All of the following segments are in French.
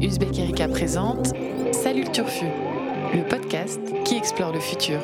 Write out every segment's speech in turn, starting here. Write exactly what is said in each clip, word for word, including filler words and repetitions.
Uzbek Erika présente Salut le Turfu, le podcast qui explore le futur.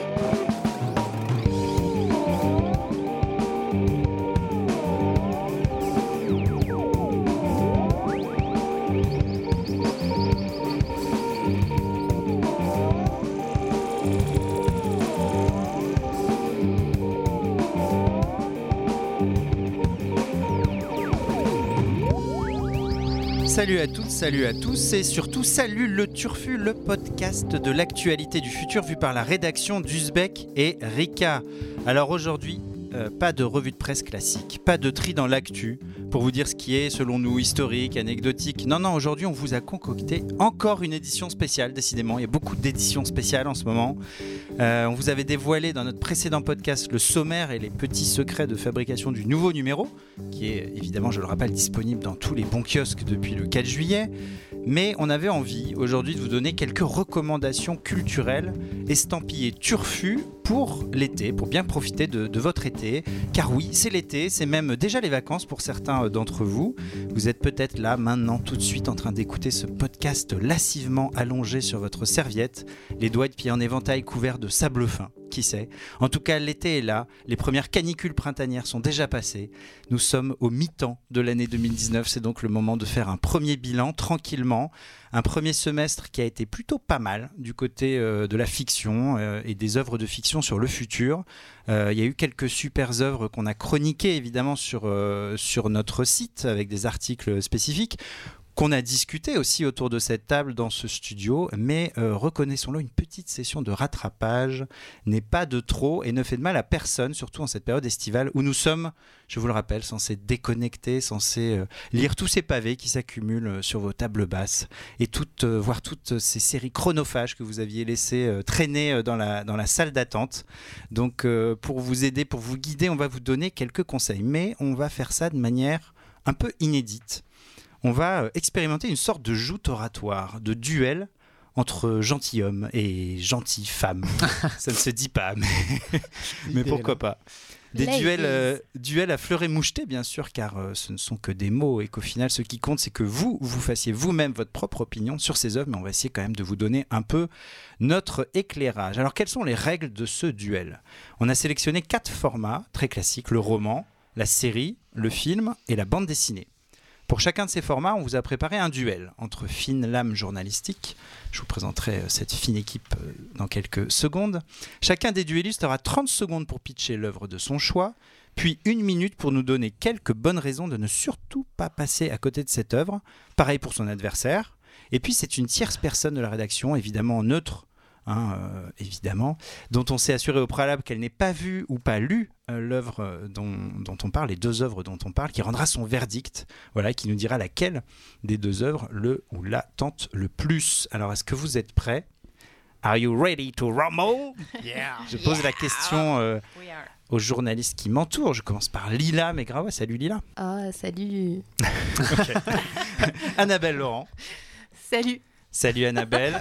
Salut à toutes, salut à tous et surtout salut le Turfu, le podcast de l'actualité du futur vu par la rédaction d'Uzbek et Rika. Alors aujourd'hui, euh, pas de revue de presse classique, pas de tri dans l'actu pour vous dire ce qui est selon nous historique, anecdotique. Non, non, aujourd'hui on vous a concocté encore une édition spéciale, décidément, il y a beaucoup d'éditions spéciales en ce moment. Euh, on vous avait dévoilé dans notre précédent podcast le sommaire et les petits secrets de fabrication du nouveau numéro, qui est évidemment, je le rappelle, disponible dans tous les bons kiosques depuis le quatre juillet. Mais on avait envie aujourd'hui de vous donner quelques recommandations culturelles estampillées Turfu pour l'été, pour bien profiter de, de votre été. Car oui, c'est l'été, c'est même déjà les vacances pour certains d'entre vous. Vous êtes peut-être là, maintenant, tout de suite en train d'écouter ce podcast lascivement allongé sur votre serviette, les doigts de pied en éventail couverts de sable fin. Qui sait ? En tout cas, l'été est là, les premières canicules printanières sont déjà passées. Nous sommes au mi-temps de l'année deux mille dix-neuf, c'est donc le moment de faire un premier bilan tranquillement. Un premier semestre qui a été plutôt pas mal du côté euh, de la fiction euh, et des œuvres de fiction sur le futur. Euh, il y a eu quelques super œuvres qu'on a chroniquées évidemment sur, euh, sur notre site avec des articles spécifiques, qu'on a discuté aussi autour de cette table dans ce studio, mais euh, reconnaissons-le, une petite session de rattrapage n'est pas de trop et ne fait de mal à personne, surtout en cette période estivale où nous sommes, je vous le rappelle, censés déconnecter, censés euh, lire tous ces pavés qui s'accumulent sur vos tables basses et toutes, euh, voir toutes ces séries chronophages que vous aviez laissées euh, traîner dans la, dans la salle d'attente. Donc euh, pour vous aider, pour vous guider, on va vous donner quelques conseils, mais on va faire ça de manière un peu inédite. On va expérimenter une sorte de joute oratoire, de duel entre gentilshommes et gentilles femmes. Ça ne se dit pas, mais, mais pourquoi pas. Des duels, euh, duels à fleur et moucheté, bien sûr, car euh, ce ne sont que des mots et qu'au final, ce qui compte, c'est que vous, vous fassiez vous-même votre propre opinion sur ces œuvres, mais on va essayer quand même de vous donner un peu notre éclairage. Alors, quelles sont les règles de ce duel ? On a sélectionné quatre formats très classiques, le roman, la série, le film et la bande dessinée. Pour chacun de ces formats, on vous a préparé un duel entre fines lames journalistiques. Je vous présenterai cette fine équipe dans quelques secondes. Chacun des duellistes aura trente secondes pour pitcher l'œuvre de son choix, puis une minute pour nous donner quelques bonnes raisons de ne surtout pas passer à côté de cette œuvre. Pareil pour son adversaire. Et puis c'est une tierce personne de la rédaction, évidemment neutre, Hein, euh, évidemment, dont on s'est assuré au préalable qu'elle n'ait pas vu ou pas lu euh, l'œuvre dont, dont on parle, les deux œuvres dont on parle, qui rendra son verdict, voilà, qui nous dira laquelle des deux œuvres le ou la tente le plus. Alors, est-ce que vous êtes prêts ? Are you ready to rumble ? Yeah. Je pose yeah. la question euh, aux journalistes qui m'entourent. Je commence par Lila Megrawa. Salut Lila. Ah, salut. Okay. Annabelle Laurent. Salut. Salut Annabelle.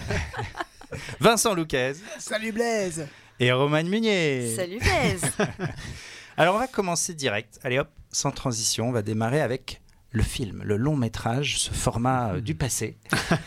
Vincent Louquez. Salut Blaise. Et Romane Munier. Salut Blaise. Alors on va commencer direct. Allez hop, sans transition, on va démarrer avec le film, le long métrage, ce format euh, du passé,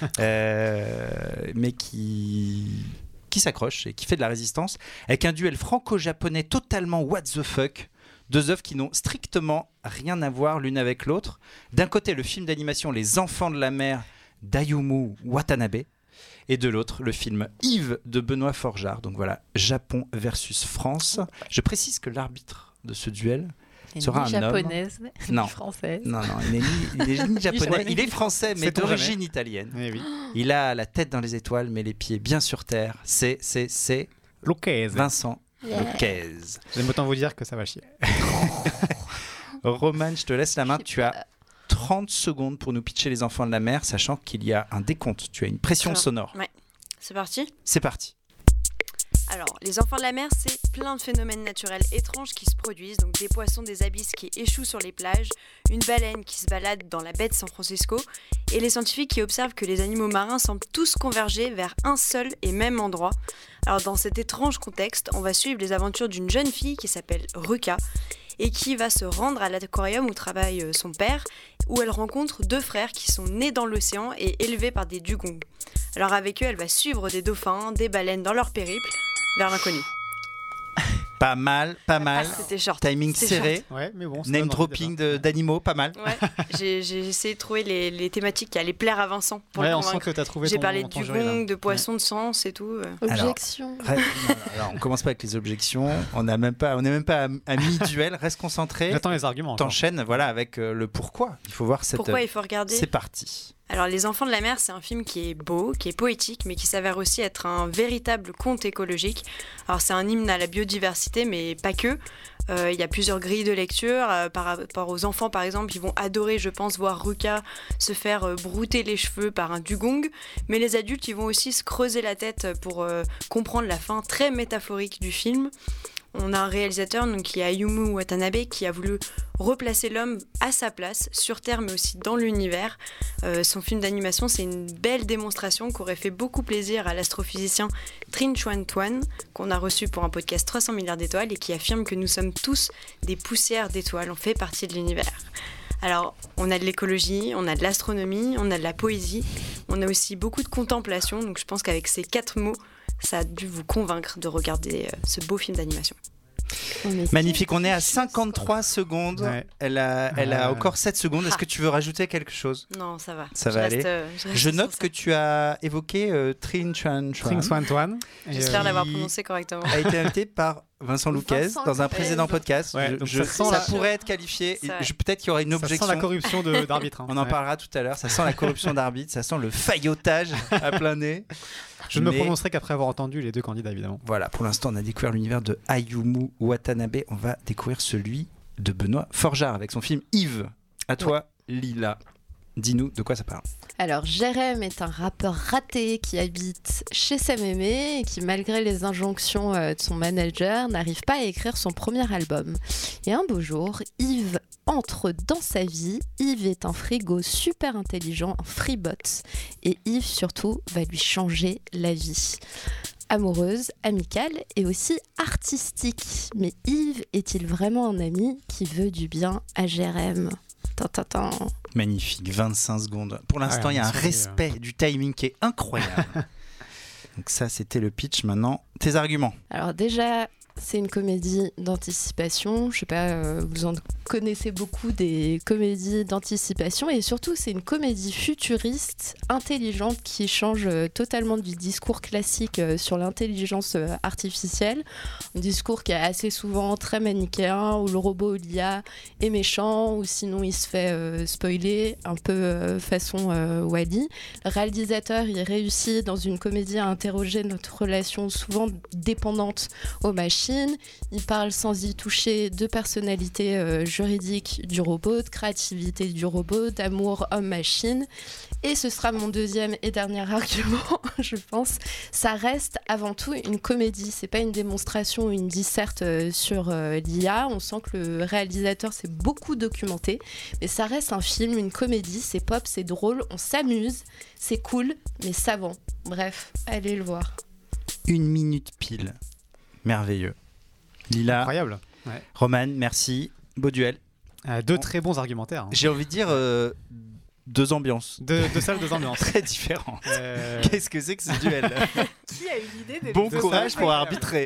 euh, mais qui, qui s'accroche et qui fait de la résistance, avec un duel franco-japonais totalement what the fuck. Deux œuvres qui n'ont strictement rien à voir l'une avec l'autre. D'un côté, le film d'animation Les Enfants de la Mer d'Ayumu Watanabe. Et de l'autre, le film Yves de Benoît Forjard. Donc voilà, Japon versus France. Je précise que l'arbitre de ce duel et sera ni un japonaise, homme. ni Non. française. Non, non, il n'est ni, il est ni japonais. Il est français, mais Sait-on d'origine jamais. italienne. Eh oui. Il a la tête dans les étoiles, mais les pieds bien sur terre. C'est, c'est, c'est Louquez. Vincent Yeah. Louquez. J'aime autant vous dire que ça va chier. Romane, je te laisse la main. Tu as trente secondes pour nous pitcher Les Enfants de la Mer, sachant qu'il y a un décompte. Tu as une pression Alors, sonore. Ouais, c'est parti. C'est parti. Alors, les enfants de la mer, c'est plein de phénomènes naturels étranges qui se produisent, donc des poissons des abysses qui échouent sur les plages, une baleine qui se balade dans la baie de San Francisco, et les scientifiques qui observent que les animaux marins semblent tous converger vers un seul et même endroit. Alors, dans cet étrange contexte, on va suivre les aventures d'une jeune fille qui s'appelle Ruka, et qui va se rendre à l'aquarium où travaille euh, son père, où elle rencontre deux frères qui sont nés dans l'océan et élevés par des dugongs. Alors avec eux, elle va suivre des dauphins, des baleines dans leur périple vers l'inconnu. Pas mal, pas mal. C'était short. Timing C'était serré. short. Ouais, mais bon. Name dropping de, d'animaux, pas mal. Ouais, j'ai, j'ai essayé de trouver les, les thématiques qui allaient plaire à Vincent pour Ouais, le on sent convaincre. que tu as trouvé J'ai ton, parlé de ton dugong, jury, là. de poissons de sens et tout. Alors, Objection. Reste- non, alors, on commence pas avec les objections. On n'a même pas, on n'est même pas à, à mi-duel. Reste concentré. J'attends les arguments. encore. T'enchaînes, voilà, avec euh, le pourquoi. Il faut voir cette. Pourquoi il faut regarder C'est parti. Alors, Les Enfants de la mer, c'est un film qui est beau, qui est poétique, mais qui s'avère aussi être un véritable conte écologique. Alors, c'est un hymne à la biodiversité, mais pas que. Euh, Il y a plusieurs grilles de lecture. Euh, par rapport aux enfants, par exemple, ils vont adorer, je pense, voir Ruka se faire euh, brouter les cheveux par un dugong. Mais les adultes, ils vont aussi se creuser la tête pour euh, comprendre la fin très métaphorique du film. On a un réalisateur donc, qui est Ayumu Watanabe qui a voulu replacer l'homme à sa place, sur Terre mais aussi dans l'univers. Euh, son film d'animation, c'est une belle démonstration qui aurait fait beaucoup plaisir à l'astrophysicien Trinh Xuan Tuan, qu'on a reçu pour un podcast trois cents milliards d'étoiles et qui affirme que nous sommes tous des poussières d'étoiles, on fait partie de l'univers. Alors, on a de l'écologie, on a de l'astronomie, on a de la poésie, on a aussi beaucoup de contemplation, donc je pense qu'avec ces quatre mots, ça a dû vous convaincre de regarder euh, ce beau film d'animation. Magnifique, on est à cinquante-trois secondes. Ouais. Elle a, elle a Euh. encore sept secondes. Est-ce Ah. que tu veux rajouter quelque chose? Non, ça va. Ça Je va reste, aller. euh, je reste Je sur note ça. que tu as évoqué euh, Trinh Xuan Tuan, Tring Swan Tuan. Et, J'espère euh, l'avoir qui- prononcé correctement. a été invité par Vincent Louquez Vincent dans un Louquez. précédent podcast. Ouais, Je- donc je- ça sent ça la- pourrait être qualifié. Ça- Je- Peut-être qu'il y aurait une Ça objection. sent la corruption de- d'arbitre. hein. On en Ouais. parlera tout à l'heure. Ça sent la corruption d'arbitre, ça sent le faillotage à plein nez. Je ne me Mais- prononcerai qu'après avoir entendu les deux candidats, évidemment. Voilà, pour l'instant, on a découvert l'univers de Ayumu Watanabe. On va découvrir celui de Benoît Forjard avec son film Yves. À toi, Lila. Dis-nous de quoi ça parle. Alors, Jérém est un rappeur raté qui habite chez sa mémé et qui, malgré les injonctions euh, de son manager, n'arrive pas à écrire son premier album. Et un beau jour, Yves entre dans sa vie. Yves est un frigo super intelligent, un freebot. Et Yves, surtout, va lui changer la vie. Amoureuse, amicale et aussi artistique. Mais Yves est-il vraiment un ami qui veut du bien à Jérém ? Tintintin. Magnifique, vingt-cinq secondes. Pour l'instant, Ouais, il y a un c'est, euh, respect du timing qui est incroyable. Donc ça, c'était le pitch. Maintenant, tes arguments. Alors déjà, c'est une comédie d'anticipation. Je sais pas, euh, vous en connaissez beaucoup des comédies d'anticipation. Et surtout, c'est une comédie futuriste, intelligente, qui change euh, totalement du discours classique euh, sur l'intelligence euh, artificielle. Un discours qui est assez souvent très manichéen, où le robot, l'I A, est méchant, ou sinon il se fait euh, spoiler, un peu euh, façon euh, Wall-E. Le réalisateur, il réussit dans une comédie à interroger notre relation souvent dépendante aux machines. Il parle sans y toucher de personnalité euh, juridique du robot, de créativité du robot, d'amour homme-machine. Et ce sera mon deuxième et dernier argument, je pense. Ça reste avant tout une comédie. C'est pas une démonstration ou une disserte euh, sur euh, l'I A. On sent que le réalisateur s'est beaucoup documenté. Mais ça reste un film, une comédie. C'est pop, c'est drôle, on s'amuse, c'est cool, mais savant. Bref, allez le voir. Une minute pile. Merveilleux. Lila, Incroyable. Ouais. Roman, merci. Beau duel. Euh, deux très bons argumentaires. hein. J'ai envie de dire euh, deux ambiances Deux, deux salles, deux ambiances. très différentes. Euh, Qu'est-ce que c'est que ce duel? Qui a eu l'idée de Bon Deux courage salles pour incroyables. arbitrer.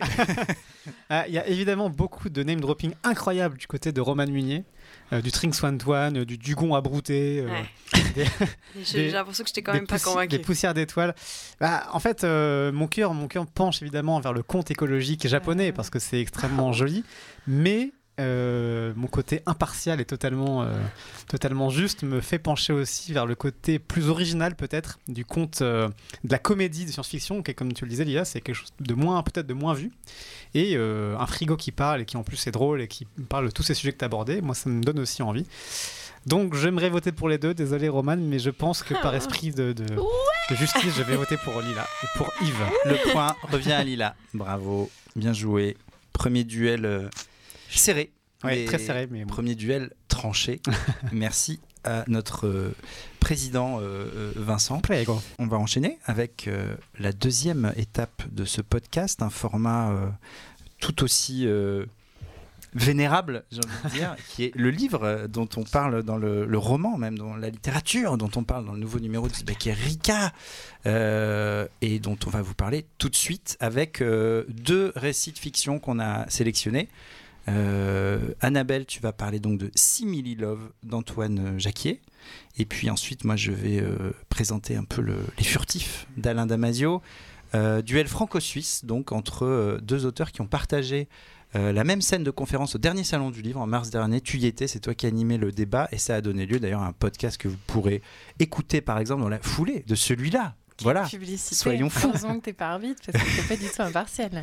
ah, Il y a évidemment beaucoup de name dropping incroyables du côté de Roman Munier, euh, du Tring Swan Tuan, euh, du Dugon à brouter, euh, Ouais. des- J'ai des- j'ai l'impression que je t'ai quand des même pas poussi- convaincu. des poussières d'étoiles. Bah, en fait, euh, mon cœur, mon cœur penche évidemment vers le conte écologique japonais parce que c'est extrêmement joli, mais euh, mon côté impartial et totalement, euh, totalement juste me fait pencher aussi vers le côté plus original peut-être du conte, euh, de la comédie de science-fiction, qui est, comme tu le disais, Lia, c'est quelque chose de moins, peut-être de moins vu. Et euh, un frigo qui parle et qui en plus est drôle et qui parle de tous ces sujets que tu as abordés, moi ça me donne aussi envie. Donc j'aimerais voter pour les deux, désolé Roman, mais je pense que par esprit de, de, de justice, je vais voter pour Lila et pour Yves. Le point revient à Lila. Bravo, bien joué. Premier duel euh, serré. Ouais, mais très serré, mais bon. Premier duel tranché. Merci à notre euh, président euh, euh, Vincent. Play, gros. On va enchaîner avec euh, la deuxième étape de ce podcast, un format euh, tout aussi euh, vénérable, j'ai envie de dire, qui est le livre dont on parle dans le, le roman, même dans la littérature, dont on parle dans le nouveau numéro d'Uzbek Erika, euh, et dont on va vous parler tout de suite avec euh, deux récits de fiction qu'on a sélectionnés. Euh, Annabelle, tu vas parler donc de Simili Love d'Antoine Jacquier, et puis ensuite moi je vais euh, présenter un peu le, Les Furtifs d'Alain Damasio, euh, duel franco-suisse donc entre euh, deux auteurs qui ont partagé Euh, la même scène de conférence au dernier salon du livre en mars dernier. Tu y étais, c'est toi qui animais le débat et ça a donné lieu d'ailleurs à un podcast que vous pourrez écouter par exemple dans la foulée de celui-là. Voilà, publicité. Soyons fous. Heureusement que t'es pas arbitre parce que t'es pas du tout impartial.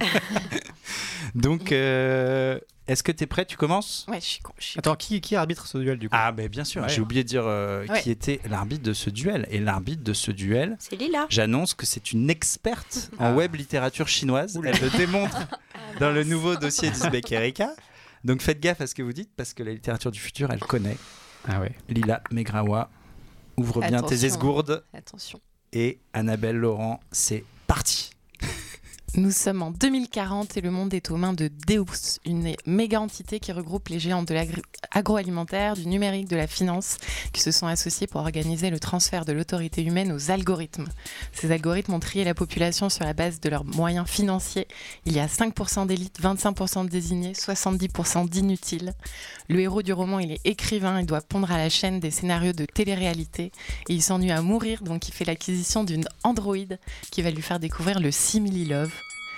Donc, euh, est-ce que t'es prêt? Tu commences? Ouais, je suis con. Je suis Attends, qui, qui arbitre ce duel du coup? Ah, ben bien sûr, Ouais. j'ai oublié de dire euh, Ouais. qui était l'arbitre de ce duel. Et l'arbitre de ce duel, C'est Lila. j'annonce que c'est une experte en Ah. web littérature chinoise. Elle le démontre dans le nouveau dossier d'Uzbek Erika. Donc faites gaffe à ce que vous dites parce que la littérature du futur, elle connaît. Ah ouais. Lila Megrawa, ouvre bien tes Attention. esgourdes. Attention. Et Annabelle Laurent, c'est parti. Nous sommes en deux mille quarante et le monde est aux mains de Deus, une méga entité qui regroupe les géants de l'agroalimentaire, du numérique, de la finance, qui se sont associés pour organiser le transfert de l'autorité humaine aux algorithmes. Ces algorithmes ont trié la population sur la base de leurs moyens financiers. Il y a cinq pour cent d'élites, vingt-cinq pour cent de désignés, soixante-dix pour cent d'inutiles. Le héros du roman, il est écrivain, il doit pondre à la chaîne des scénarios de télé-réalité et il s'ennuie à mourir, donc il fait l'acquisition d'une androïde qui va lui faire découvrir le Simili Love.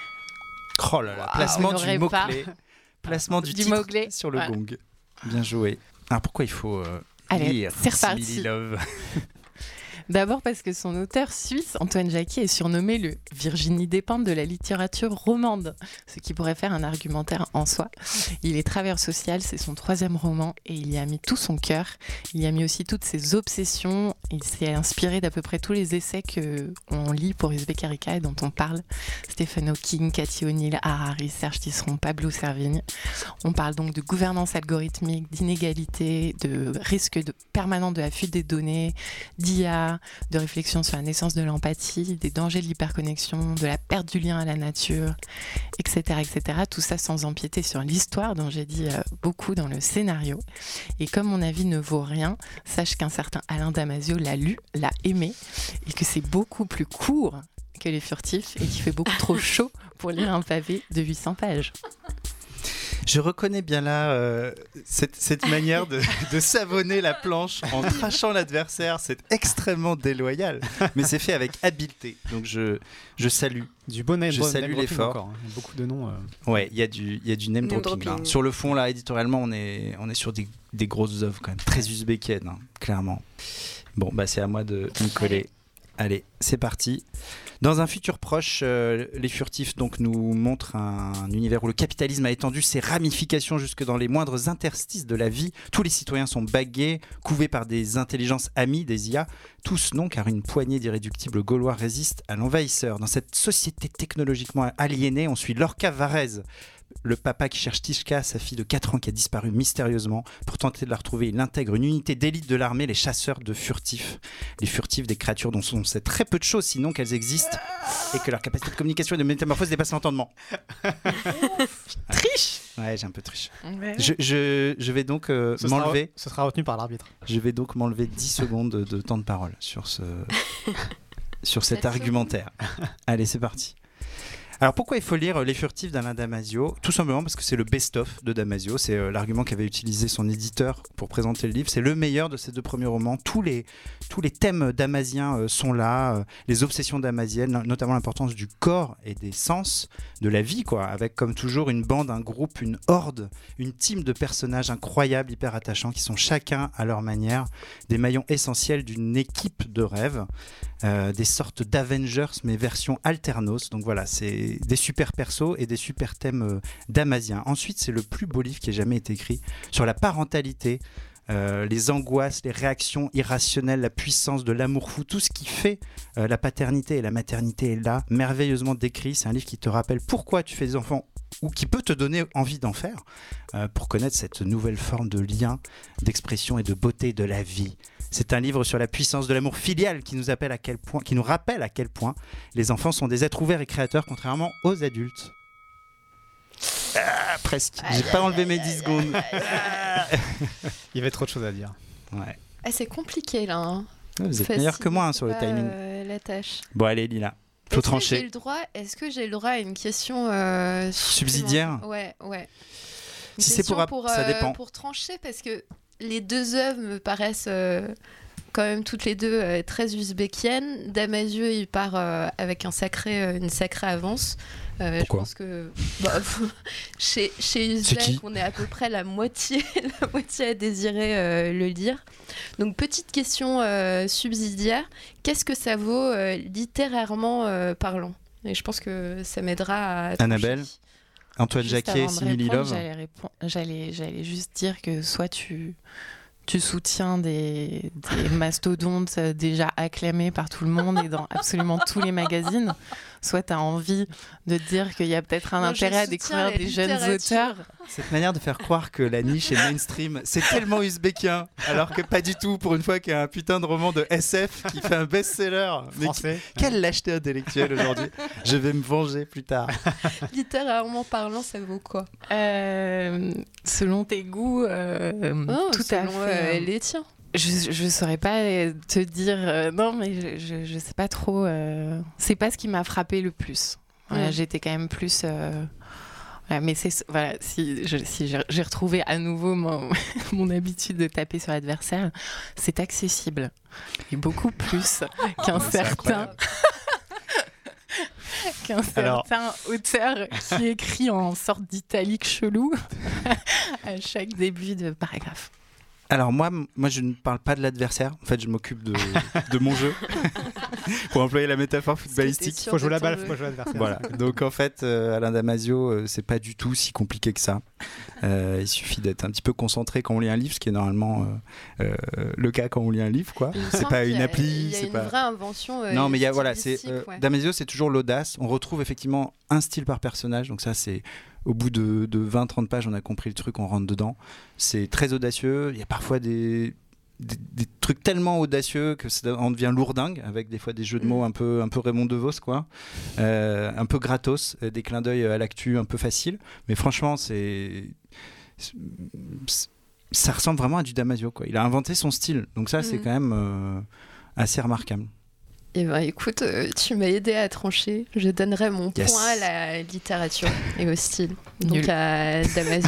Oh là là, Wow, placement on du n'aurait pas. mot-clé. Placement du, Du titre mot-clé. sur le Voilà. gong. Bien joué. Alors pourquoi il faut euh, Allez, lire c'est reparti. Simili Love? D'abord parce que son auteur suisse, Antoine Jacquier, est surnommé le Virginie Despentes de la littérature romande, ce qui pourrait faire un argumentaire en soi. Il est travailleur social, c'est son troisième roman et il y a mis tout son cœur. Il y a mis aussi toutes ses obsessions. Il s'est inspiré d'à peu près tous les essais qu'on lit pour Uzbek Erika et dont on parle. Stephen Hawking, Cathy O'Neill, Harari, Serge Tisseron, Pablo Servigne. On parle donc de gouvernance algorithmique, d'inégalité, de risque de, permanent de la fuite des données, d'I A, de réflexion sur la naissance de l'empathie, des dangers de l'hyperconnexion, de la perte du lien à la nature, et cetera, et cetera. Tout ça sans empiéter sur l'histoire dont j'ai dit euh, beaucoup dans le scénario. Et comme mon avis ne vaut rien, sache qu'un certain Alain Damasio l'a lu, l'a aimé, et que c'est beaucoup plus court que Les Furtifs et qu'il fait beaucoup trop chaud pour lire un pavé de huit cents pages. Je reconnais bien là euh, cette, cette manière de, de savonner la planche en trachant l'adversaire. C'est extrêmement déloyal, mais c'est fait avec habileté. Donc je, je salue. Du bon name, Je bon salue name dropping l'effort. encore, hein. Il y a beaucoup de noms. euh. Ouais, il y a du, il y a du name Name dropping. dropping. Là. Sur le fond, là, éditorialement, on est, on est sur des, des grosses œuvres quand même, très uzbékiennes, hein, clairement. Bon, bah c'est à moi de me coller. Allez, c'est parti. Dans un futur proche, euh, Les Furtifs donc, nous montrent un, un univers où le capitalisme a étendu ses ramifications jusque dans les moindres interstices de la vie. Tous les citoyens sont bagués, couvés par des intelligences amies, des I A. Tous non, car une poignée d'irréductibles Gaulois résiste à l'envahisseur. Dans cette société technologiquement aliénée, on suit Lorca Varese, le papa qui cherche Tishka, sa fille de quatre ans qui a disparu mystérieusement. Pour tenter de la retrouver, il intègre une unité d'élite de l'armée, les chasseurs de furtifs. Les furtifs, des créatures dont on sait très peu de choses, sinon qu'elles existent, et que leur capacité de communication et de métamorphose dépasse l'entendement. Triche. Ouais, j'ai un peu triché. Ouais. Je, je, je vais donc euh, Ce sera- m'enlever. Ce sera retenu par l'arbitre. Je vais donc m'enlever dix secondes de, de temps de parole sur, ce, sur cet Merci. argumentaire. Allez, c'est parti. Alors pourquoi il faut lire Les Furtifs d'Alain Damasio? Tout simplement parce que c'est le best-of de Damasio. C'est euh, l'argument qu'avait utilisé son éditeur pour présenter le livre. C'est le meilleur de ces deux premiers romans. Tous les, tous les thèmes damasiens euh, sont là. euh, les obsessions damasiennes, notamment l'importance du corps et des sens, de la vie, quoi. Avec comme toujours une bande, un groupe, une horde, une team de personnages incroyables, hyper attachants, qui sont chacun à leur manière des maillons essentiels d'une équipe de rêve. Euh, des sortes d'Avengers mais version alternos. Donc voilà, c'est des super persos et des super thèmes euh, damasiens. Ensuite, c'est le plus beau livre qui ait jamais été écrit sur la parentalité, euh, les angoisses, les réactions irrationnelles, la puissance de l'amour fou, tout ce qui fait euh, la paternité et la maternité est là, merveilleusement décrit. C'est un livre qui te rappelle pourquoi tu fais des enfants ou qui peut te donner envie d'en faire euh, pour connaître cette nouvelle forme de lien, d'expression et de beauté de la vie. C'est un livre sur la puissance de l'amour filial qui nous, appelle à quel point, qui nous rappelle à quel point les enfants sont des êtres ouverts et créateurs contrairement aux adultes. Ah, presque. J'ai pas enlevé mes dix secondes. Il y avait trop de choses à dire. Ouais. Ah, c'est compliqué là. Hein. Vous êtes meilleur que moi hein, sur le pas, timing. Euh, la tâche. Bon, allez, Lila. Faut Est-ce trancher. Que j'ai le droit, est-ce que j'ai le droit à une question euh, subsidiaire? Ouais, ouais. Une Si c'est pour, pour ça euh, dépend. Pour trancher, parce que les deux œuvres me paraissent euh, quand même toutes les deux euh, très uzbékiennes. Damasio, il part euh, avec un sacré, euh, une sacrée avance. Euh, Pourquoi? Je pense que bah, chez, chez Uzbek, on est à peu près la moitié, la moitié à désirer euh, le lire. Donc, petite question euh, subsidiaire. Qu'est-ce que ça vaut euh, littérairement euh, parlant? Et je pense que ça m'aidera à... Annabelle, trancher. Antoine Juste Jacquet, avant de Simili répondre, Love. J'allais, répondre, j'allais, j'allais juste dire que soit tu, tu soutiens des, des mastodontes déjà acclamés par tout le monde et dans absolument tous les magazines, soit tu as envie de dire qu'il y a peut-être un Moi, intérêt à découvrir des jeunes auteurs. Cette manière de faire croire que la niche est mainstream, c'est tellement uzbékien, alors que pas du tout, pour une fois qu'il y a un putain de roman de S F qui fait un best-seller. Mais Français. qui- quelle lâcheté intellectuelle aujourd'hui. Je vais me venger plus tard. Littérairement parlant, ça vaut quoi? Euh, selon tes goûts, euh, Oh, tout à selon, fait. euh, les tiens. Je, je saurais pas te dire euh, non, mais je, je, je sais pas trop. Euh, c'est pas ce qui m'a frappé le plus. Voilà, Ouais. J'étais quand même plus. Euh, voilà, mais c'est voilà, si, je, si j'ai, j'ai retrouvé à nouveau mon, mon habitude de taper sur l'adversaire, c'est accessible et beaucoup plus qu'un C'est certain. incroyable. qu'un Alors- certain auteur qui écrit en sorte d'italique chelou à chaque début de paragraphe. Alors moi, m- moi, je ne parle pas de l'adversaire. En fait, je m'occupe de, de mon jeu. Pour employer la métaphore footballistique. Sûr Faut jouer de la ton balle, jeu. faut jouer l'adversaire. Voilà. Donc en fait, euh, Alain Damasio, euh, c'est pas du tout si compliqué que ça. Euh, il suffit d'être un petit peu concentré quand on lit un livre, ce qui est normalement euh, euh, le cas quand on lit un livre, quoi. Il me C'est semble pas qu'il y une a- appli, Il y a c'est une pas. vraie invention. euh, Non, mais il y a voilà, c'est stylistique, euh, ouais. Damasio, c'est toujours l'audace. On retrouve effectivement un style par personnage. Donc ça, c'est au bout de, de vingt trente pages, on a compris le truc, on rentre dedans. C'est très audacieux. Il y a parfois des Des, des trucs tellement audacieux que ça en devient lourdingue, avec des fois des jeux de mots un peu, un peu Raymond DeVos, quoi. Euh, un peu gratos, euh, des clins d'œil à l'actu un peu facile. Mais franchement, c'est, c'est- ça ressemble vraiment à du Damasio, quoi. Il a inventé son style, donc ça, c'est Mhm. quand même euh, assez remarquable. Eh ben, écoute, euh, tu m'as aidé à trancher. Je donnerai mon Yes. point à la littérature et au style. Donc Nul. à Damasio.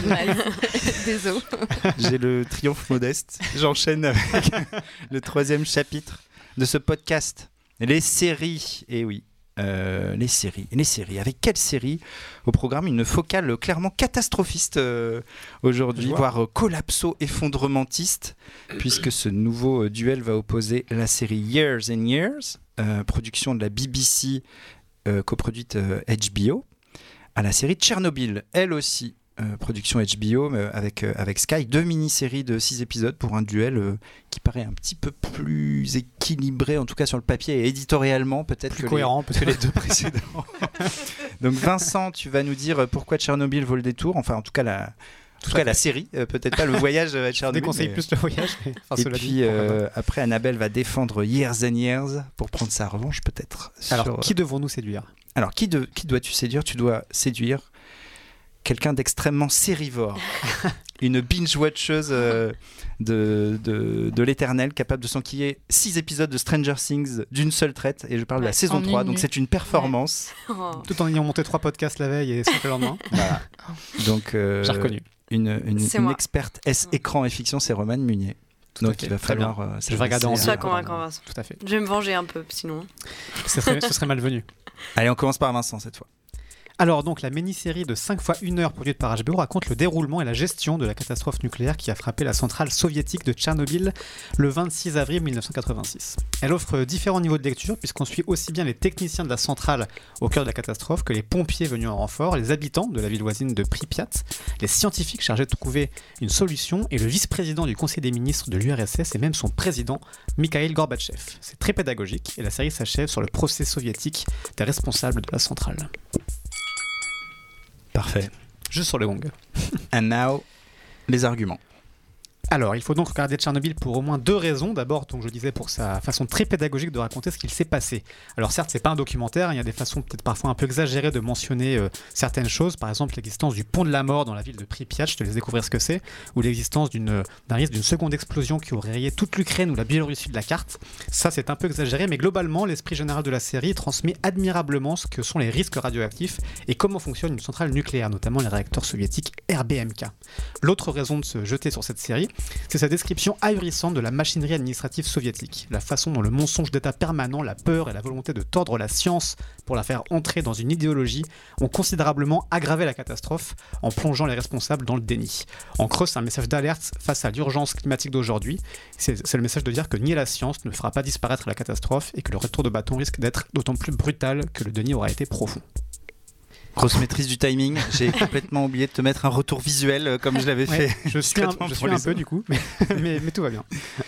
Désolé. J'ai le triomphe modeste. J'enchaîne avec le troisième chapitre de ce podcast. Les séries. Et oui, euh, les séries. Les séries. Avec quelle série au programme? Une focale clairement catastrophiste euh, aujourd'hui, Je vois. voire euh, collapso-effondrementiste, puisque ce nouveau euh, duel va opposer la série Years and Years, euh, production de la B B C, euh, coproduite euh, H B O, à la série Tchernobyl, elle aussi. Euh, production H B O euh, avec, euh, avec Sky, deux mini-séries de six épisodes pour un duel euh, qui paraît un petit peu plus équilibré, en tout cas sur le papier et éditorialement peut-être Plus que, cohérent, les, que les deux précédents. Donc Vincent, tu vas nous dire pourquoi Tchernobyl vaut le détour, enfin en tout cas la, en tout Tout à cas, la fait. série, euh, peut-être pas le voyage à Je Tchernobyl. déconseille mais- plus le voyage. mais- enfin, Et cela puis dit, pourquoi euh, après Annabelle va défendre Years and Years pour prendre sa revanche peut-être. pas. Alors, sur- qui devons-nous séduire? Alors, qui, de- qui dois-tu séduire? Tu dois séduire quelqu'un d'extrêmement sérivore. Une binge-watcheuse euh, de, de, de l'éternel, capable de s'enquiller six épisodes de Stranger Things d'une seule traite. Et je parle de la Ouais, saison en trois, une donc nuit. c'est une performance. Oh. Tout en ayant monté trois podcasts la veille et cinq le lendemain. Voilà. Donc, euh, J'ai reconnu. une, une, C'est une moi. experte S écran et fiction, c'est Romane Munier. Tout à Donc fait. il va Très bien. falloir. euh, Je vais regarder en s'adresser Sois à- vrai. convaincant, Vincent. Tout à fait. Je vais me venger un peu, sinon. Ce serait, ce serait malvenu. Allez, on commence par Vincent cette fois. Alors donc la mini-série de cinq fois une heure produite par H B O raconte le déroulement et la gestion de la catastrophe nucléaire qui a frappé la centrale soviétique de Tchernobyl le vingt-six avril mille neuf cent quatre-vingt-six. Elle offre différents niveaux de lecture puisqu'on suit aussi bien les techniciens de la centrale au cœur de la catastrophe que les pompiers venus en renfort, les habitants de la ville voisine de Pripyat, les scientifiques chargés de trouver une solution et le vice-président du Conseil des ministres de l'U R S S et même son président, Mikhail Gorbatchev. C'est très pédagogique et la série s'achève sur le procès soviétique des responsables de la centrale. Parfait. Juste sur le gong. And now, les arguments. Alors, il faut donc regarder Tchernobyl pour au moins deux raisons. D'abord, donc je disais, pour sa façon très pédagogique de raconter ce qu'il s'est passé. Alors certes, c'est pas un documentaire, il y a des façons peut-être parfois un peu exagérées de mentionner euh, certaines choses. Par exemple, l'existence du pont de la mort dans la ville de Pripyat, je te laisse découvrir ce que c'est, ou l'existence d'une, d'un risque d'une seconde explosion qui aurait rayé toute l'Ukraine ou la Biélorussie de la carte. Ça, c'est un peu exagéré, mais globalement, l'esprit général de la série transmet admirablement ce que sont les risques radioactifs et comment fonctionne une centrale nucléaire, notamment les réacteurs soviétiques R B M K. L'autre raison de se jeter sur cette série, c'est sa description ahurissante de la machinerie administrative soviétique, la façon dont le mensonge d'état permanent, la peur et la volonté de tordre la science pour la faire entrer dans une idéologie ont considérablement aggravé la catastrophe en plongeant les responsables dans le déni. En creux, c'est un message d'alerte face à l'urgence climatique d'aujourd'hui. C'est, c'est le message de dire que nier la science ne fera pas disparaître la catastrophe et que le retour de bâton risque d'être d'autant plus brutal que le déni aura été profond. Grosse maîtrise du timing, j'ai complètement oublié de te mettre un retour visuel euh, comme je l'avais Ouais, fait. je suis un, je suis un peu du coup, mais, mais, mais tout va bien.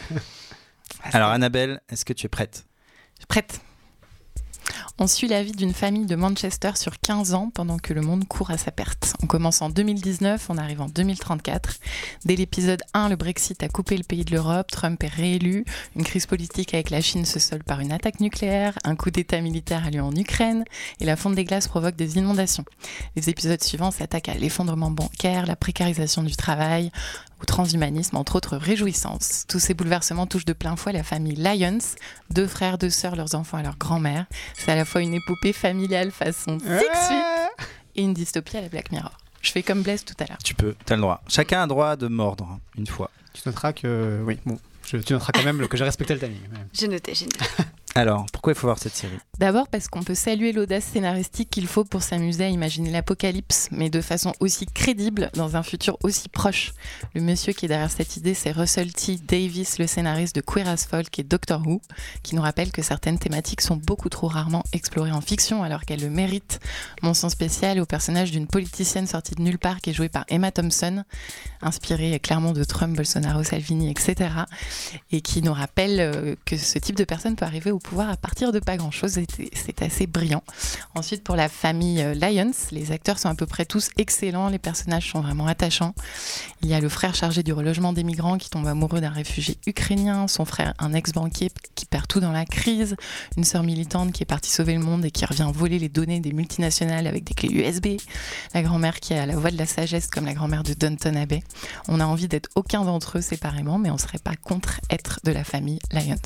Alors Annabelle, est-ce que tu es prête ? Prête. On suit la vie d'une famille de Manchester sur quinze ans pendant que le monde court à sa perte. On commence en deux mille dix-neuf, on arrive en deux mille trente-quatre. Dès l'épisode un, le Brexit a coupé le pays de l'Europe, Trump est réélu, une crise politique avec la Chine se solde par une attaque nucléaire, un coup d'état militaire a lieu en Ukraine et la fonte des glaces provoque des inondations. Les épisodes suivants s'attaquent à l'effondrement bancaire, la précarisation du travail, au transhumanisme, entre autres réjouissances. Tous ces bouleversements touchent de plein fouet la famille Lyons, deux frères, deux sœurs, leurs enfants et leur grand-mère. C'est à la fois une épopée familiale façon Six-Feet et une dystopie à la Black Mirror. Je fais comme Blaise tout à l'heure. Tu peux, tu as le droit. Chacun a le droit de mordre hein, une fois. Tu noteras que... Oui, bon, je, tu noteras quand même que j'ai respecté le timing. Ouais. J'ai noté, j'ai noté. Alors, pourquoi il faut voir cette série ? D'abord parce qu'on peut saluer l'audace scénaristique qu'il faut pour s'amuser à imaginer l'apocalypse, mais de façon aussi crédible dans un futur aussi proche. Le monsieur qui est derrière cette idée, c'est Russell T Davies, le scénariste de Queer as Folk et Doctor Who, qui nous rappelle que certaines thématiques sont beaucoup trop rarement explorées en fiction, alors qu'elles le méritent. Mention spéciale au personnage d'une politicienne sortie de nulle part qui est jouée par Emma Thompson, inspirée clairement de Trump, Bolsonaro, Salvini, et cetera, et qui nous rappelle que ce type de personne peut arriver au pouvoir à partir de pas grand-chose. C'est, c'est assez brillant. Ensuite, pour la famille Lyons, les acteurs sont à peu près tous excellents. Les personnages sont vraiment attachants. Il y a le frère chargé du relogement des migrants qui tombe amoureux d'un réfugié ukrainien, son frère, un ex-banquier qui perd tout dans la crise, une sœur militante qui est partie sauver le monde et qui revient voler les données des multinationales avec des clés U S B, la grand-mère qui a la voix de la sagesse comme la grand-mère de Downton Abbey. On a envie d'être aucun d'entre eux séparément, mais on ne serait pas contre être de la famille Lyons.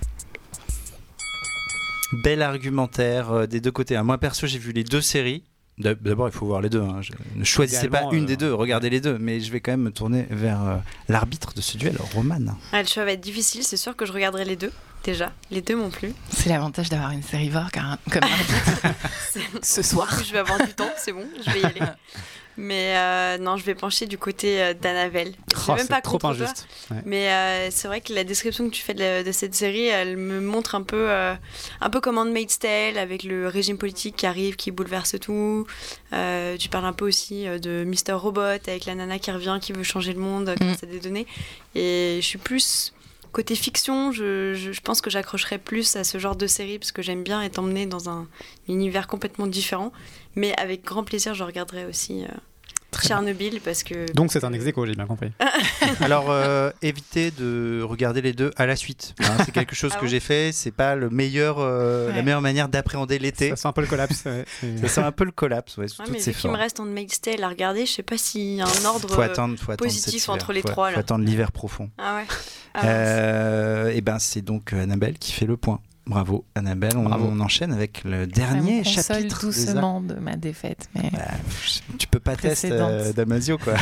Bel argumentaire euh, des deux côtés. Moi perso, j'ai vu les deux séries. D'abord, il faut voir les deux. Hein. Je ne choisissez pas une euh, des deux, regardez les deux. Mais je vais quand même me tourner vers euh, l'arbitre de ce duel, Romane. Ouais, le choix va être difficile. C'est sûr que je regarderai les deux. Déjà, les deux m'ont plu. C'est l'avantage d'avoir une série V O R comme arbitre ce soir. En plus, je vais avoir du temps, c'est bon, je vais y aller. Mais euh, non, je vais pencher du côté euh, d'Annabelle. Je oh, vais même pas trop contre injuste. Toi, ouais. Mais euh, c'est vrai que la description que tu fais de, de cette série, elle me montre un peu, euh, un peu comme Handmaid's Tale, avec le régime politique qui arrive, qui bouleverse tout. Euh, tu parles un peu aussi de Mister Robot, avec la nana qui revient, qui veut changer le monde grâce mm. à des données. Et je suis plus... Côté fiction, je, je, je pense que j'accrocherais plus à ce genre de série parce que j'aime bien être emmenée dans un univers complètement différent. Mais avec grand plaisir, je regarderai aussi euh, Tchernobyl parce que... Donc c'est un ex-aequo, j'ai bien compris. Alors, euh, évitez de regarder les deux à la suite. Hein, c'est quelque chose ah que ouais. j'ai fait. C'est pas le meilleur, euh, ouais. la meilleure manière d'appréhender l'été. Ça sent un peu le collapse. Ouais. Ça sent un peu le collapse, ouais, sous ouais, toutes mais ses vu formes. qu'il me reste Handmaid's Tale à regarder, je sais pas s'il y a un ordre faut attendre, faut positif attendre entre les faut, trois. Il faut attendre l'hiver profond. Ah ouais. Ah, euh, et ben c'est donc Annabelle qui fait le point. Bravo Annabelle, on, Bravo. on enchaîne avec le dernier ça me chapitre. doucement de ma défaite. Mais bah, tu peux pas tester euh, Damasio quoi.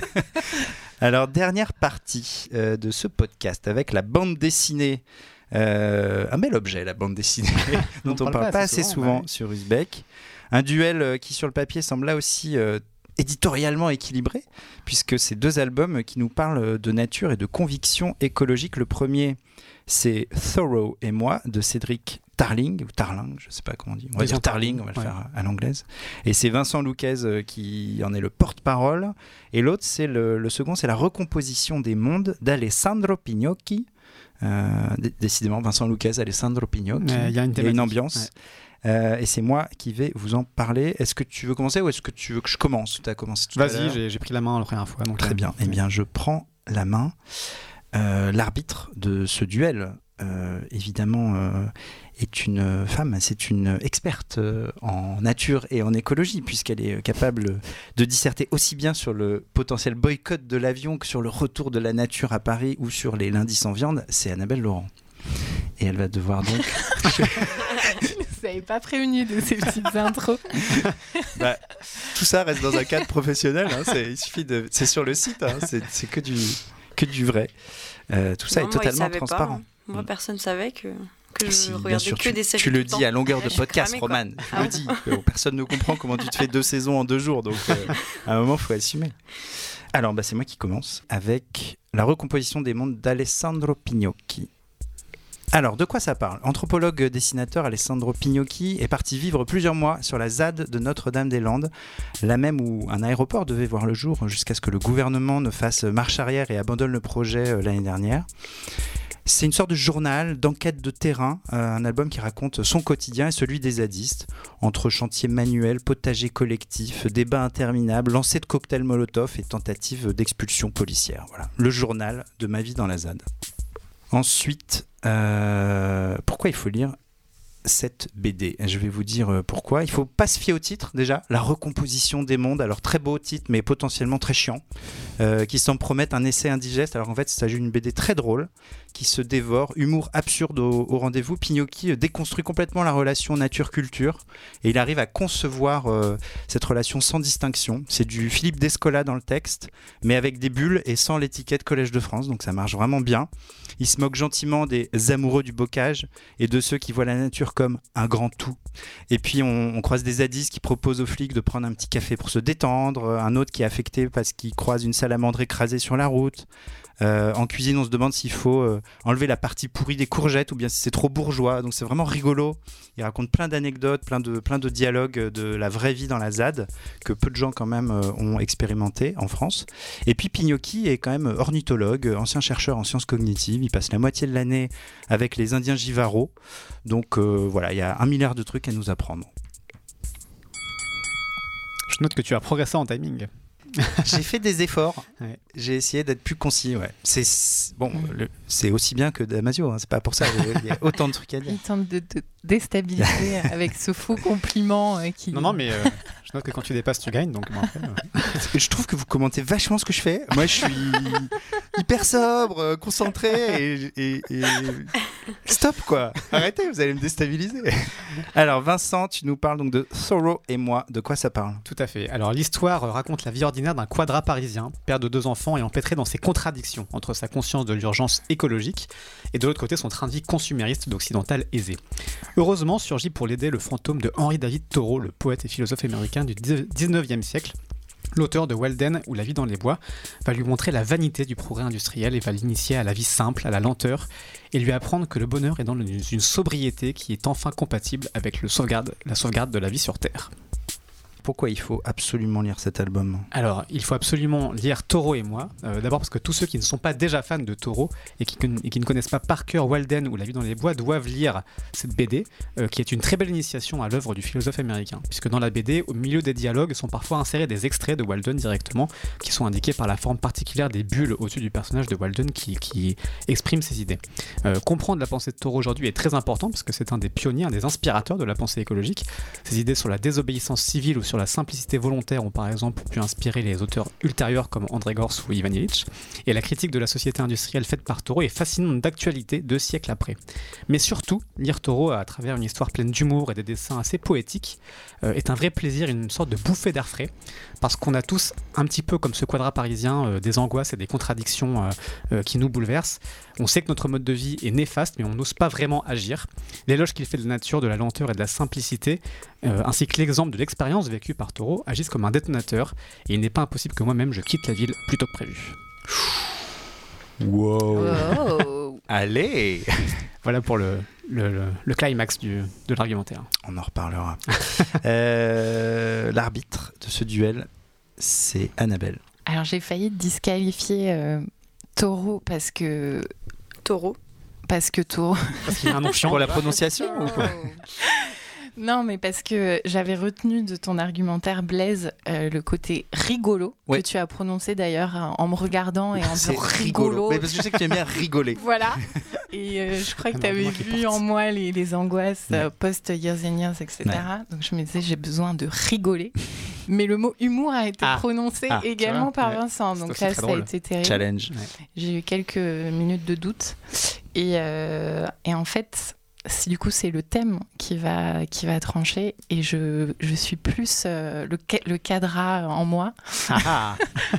Alors dernière partie euh, de ce podcast avec la bande dessinée. Euh, un bel objet la bande dessinée dont on, on parle pas, pas assez souvent, souvent ouais. sur Uzbek. Un duel euh, qui sur le papier semble là aussi euh, éditorialement équilibré, puisque c'est deux albums qui nous parlent de nature et de conviction écologique. Le premier, c'est Thoreau et moi, de Cédric Tarling, ou Tarling, je ne sais pas comment on dit. On va dire Tarling, on va le ouais. faire à l'anglaise. Et c'est Vincent Louquez qui en est le porte-parole. Et l'autre, c'est le, le second, c'est La recomposition des mondes d'Alessandro Pignocchi. Euh, d- décidément, Vincent Louquez, Alessandro Pignocchi. Il y a une, y a une ambiance. Ouais. Euh, et c'est moi qui vais vous en parler. Est-ce que tu veux commencer ou est-ce que tu veux que je commence ? Tu as commencé tout Vas-y, à l'heure. j'ai, j'ai pris la main la première fois. Donc Très là, bien. c'est... Eh bien, je prends la main. Euh, l'arbitre de ce duel, euh, évidemment, euh, est une femme, c'est une experte euh, en nature et en écologie, puisqu'elle est capable de disserter aussi bien sur le potentiel boycott de l'avion que sur le retour de la nature à Paris ou sur les lundis sans viande. C'est Annabelle Laurent. Et elle va devoir donc... Vous n'avez pas prévenu de ces petites intros. Bah, tout ça reste dans un cadre professionnel. Hein, c'est, il suffit de, c'est sur le site. Hein, c'est, c'est que du que du vrai. Euh, tout ça non, est moi, totalement transparent. Pas, hein. Moi, mm. personne ne savait que que je si, regardais sûr, que tu, des séries. Tu le tout dis temps. à longueur de Je podcast, cramée, Romane. Tu ah le dis. Personne ne comprend comment tu te fais deux saisons en deux jours. Donc, euh, à un moment, il faut assumer. Alors, bah, c'est moi qui commence avec la recomposition des mondes d'Alessandro Pignocchi. Alors, de quoi ça parle ? Anthropologue dessinateur Alessandro Pignocchi est parti vivre plusieurs mois sur la Z A D de Notre-Dame-des-Landes, la même où un aéroport devait voir le jour jusqu'à ce que le gouvernement ne fasse marche arrière et abandonne le projet l'année dernière. C'est une sorte de journal, d'enquête de terrain, euh, un album qui raconte son quotidien et celui des zadistes, entre chantiers manuels, potagers collectifs, débats interminables, lancers de cocktails Molotov et tentatives d'expulsion policière. Voilà, le journal de ma vie dans la Z A D. Ensuite, euh, pourquoi il faut lire cette B D ? Je vais vous dire pourquoi. Il ne faut pas se fier au titre déjà, la recomposition des mondes. Alors très beau titre, mais potentiellement très chiant, euh, qui s'en promettent un essai indigeste. Alors en fait, il s'agit d'une B D très drôle, qui se dévore, humour absurde au, au rendez-vous. Pignocchi déconstruit complètement la relation nature-culture et il arrive à concevoir euh, cette relation sans distinction. C'est du Philippe Descola dans le texte, mais avec des bulles et sans l'étiquette Collège de France, donc ça marche vraiment bien. Il se moque gentiment des amoureux du bocage et de ceux qui voient la nature comme un grand tout. Et puis on, on croise des zadistes qui proposent aux flics de prendre un petit café pour se détendre, un autre qui est affecté parce qu'il croise une salamandre écrasée sur la route. Euh, en cuisine, on se demande s'il faut euh, enlever la partie pourrie des courgettes ou bien si c'est trop bourgeois. Donc c'est vraiment rigolo. Il raconte plein d'anecdotes, plein de, plein de dialogues de la vraie vie dans la Z A D que peu de gens quand même euh, ont expérimenté en France. Et puis Pignocchi est quand même ornithologue, ancien chercheur en sciences cognitives. Il passe la moitié de l'année avec les Indiens Jivaro. Donc euh, voilà, il y a un milliard de trucs à nous apprendre. Je note que tu as progressé en timing. J'ai fait des efforts. Ouais. J'ai essayé d'être plus concis. Ouais. C'est, c'est, bon, le, c'est aussi bien que Damasio. Hein. C'est pas pour ça. Il y a autant de trucs à dire. Il tente de te déstabiliser avec ce faux compliment euh, qui... Non, non, mais euh, je note que quand tu dépasses, tu gagnes. Donc, bon, après, euh... Je trouve que vous commentez vachement ce que je fais. Moi, je suis hyper sobre, concentré et, et, et... stop quoi. Arrêtez, vous allez me déstabiliser. Alors, Vincent, tu nous parles donc de Thoreau et moi. De quoi ça parle ? Tout à fait. Alors, l'histoire raconte la vie ordinaire d'un quadra parisien, père de deux enfants et empêtré dans ses contradictions entre sa conscience de l'urgence écologique et de l'autre côté son train de vie consumériste d'occidental aisé. Heureusement, surgit pour l'aider le fantôme de Henry David Thoreau, le poète et philosophe américain du dix-neuvième siècle. L'auteur de Walden ou La vie dans les bois va lui montrer la vanité du progrès industriel et va l'initier à la vie simple, à la lenteur, et lui apprendre que le bonheur est dans une sobriété qui est enfin compatible avec le sauvegarde, la sauvegarde de la vie sur Terre. Pourquoi il faut absolument lire cet album ? Alors, il faut absolument lire Thoreau et moi. Euh, d'abord parce que tous ceux qui ne sont pas déjà fans de Thoreau et qui, et qui ne connaissent pas par cœur Walden ou La vie dans les bois doivent lire cette B D, euh, qui est une très belle initiation à l'œuvre du philosophe américain. Puisque dans la B D, au milieu des dialogues, sont parfois insérés des extraits de Walden directement, qui sont indiqués par la forme particulière des bulles au-dessus du personnage de Walden qui, qui exprime ses idées. Euh, comprendre la pensée de Thoreau aujourd'hui est très important parce que c'est un des pionniers, un des inspirateurs de la pensée écologique. Ses idées sur la désobéissance civile ou sur la simplicité volontaire ont par exemple pu inspirer les auteurs ultérieurs comme André Gorz ou Ivan Illich, et la critique de la société industrielle faite par Thoreau est fascinante d'actualité deux siècles après. Mais surtout, lire Thoreau à travers une histoire pleine d'humour et des dessins assez poétiques euh, est un vrai plaisir, une sorte de bouffée d'air frais, parce qu'on a tous, un petit peu comme ce quadra parisien, euh, des angoisses et des contradictions euh, euh, qui nous bouleversent. On sait que notre mode de vie est néfaste, mais on n'ose pas vraiment agir. L'éloge qu'il fait de la nature, de la lenteur et de la simplicité, euh, ainsi que l'exemple de l'expérience vécue par Thoreau, agissent comme un détonateur, et il n'est pas impossible que moi-même je quitte la ville plus tôt que prévu. Wow. Oh. Allez. Voilà pour le, le, le, le climax du, de l'argumentaire. On en reparlera. euh, l'arbitre de ce duel, c'est Annabelle. Alors j'ai failli disqualifier euh, Thoreau parce que... Taureau. Parce que Thoreau... Parce qu'il y a un nom chiant. Pour la prononciation ou quoi ? Non, mais parce que j'avais retenu de ton argumentaire, Blaise, euh, le côté rigolo, Ouais. que tu as prononcé d'ailleurs en me regardant et en C'est disant rigolo. rigolo. Mais parce que je sais que tu aimes bien rigoler. Voilà. Et euh, je crois que Un tu avais argument qui vu porte. en moi les, les angoisses Ouais. euh, post-Years and Years, et cetera. Donc je me disais, j'ai besoin de rigoler. Mais le mot humour a été Ah. prononcé Ah, également tu vois, par ouais. Vincent. C'est Donc aussi là, très ça drôle. a été terrible. Challenge. J'ai eu quelques minutes de doute. Et, euh, et en fait, c'est- du coup, c'est le thème qui va, qui va trancher. Et je, je suis plus euh, le, ca- le cadra en moi. Ah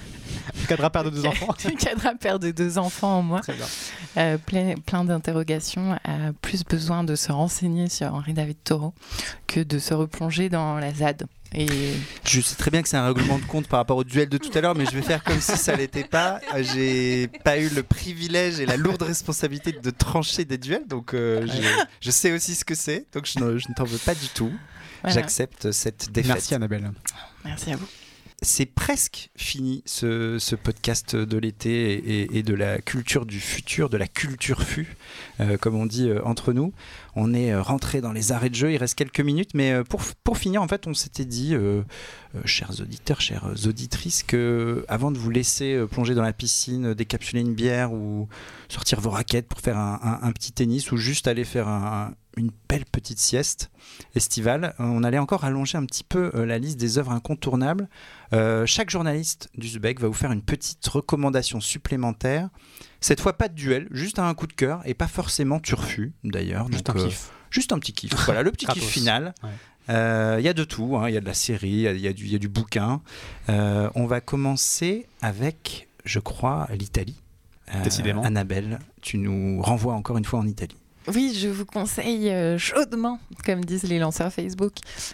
Le cadre père de deux enfants. Le cadra père de deux enfants en moi. Très bien. Euh, plein, plein d'interrogations, a plus besoin de se renseigner sur Henri David Thoreau que de se replonger dans la Z A D. Et Je sais très bien que c'est un règlement de compte par rapport au duel de tout à l'heure, mais je vais faire comme si ça l'était pas. J'ai pas eu le privilège et la lourde responsabilité de trancher des duels, donc euh, je, je sais aussi ce que c'est, donc je ne, je ne t'en veux pas du tout. voilà. J'accepte cette défaite. Merci Annabelle. Merci à vous. C'est presque fini ce, ce podcast de l'été et, et de la culture du futur, de la culture fut, euh, comme on dit euh, entre nous. On est euh, rentré dans les arrêts de jeu, il reste quelques minutes, mais euh, pour, pour finir, en fait, on s'était dit, euh, euh, chers auditeurs, chères auditrices, que avant de vous laisser euh, plonger dans la piscine, décapsuler une bière ou sortir vos raquettes pour faire un, un, un petit tennis ou juste aller faire un, une belle petite sieste estivale, on allait encore allonger un petit peu euh, la liste des œuvres incontournables. Euh, chaque journaliste d'Uzbek va vous faire une petite recommandation supplémentaire. Cette fois, pas de duel, juste un coup de cœur et pas forcément turfu d'ailleurs. Juste Donc, un euh, kiff. Juste un petit kiff. Voilà, le petit kiff Gratos. final. Ouais. Euh, Il y a de tout, hein. Il y a de la série, il y a, il y a du, il y a du bouquin. Euh, on va commencer avec, je crois, l'Italie. Euh, Décidément. Annabelle, tu nous renvoies encore une fois en Italie. Oui, je vous conseille euh, chaudement, comme disent les lanceurs Facebook,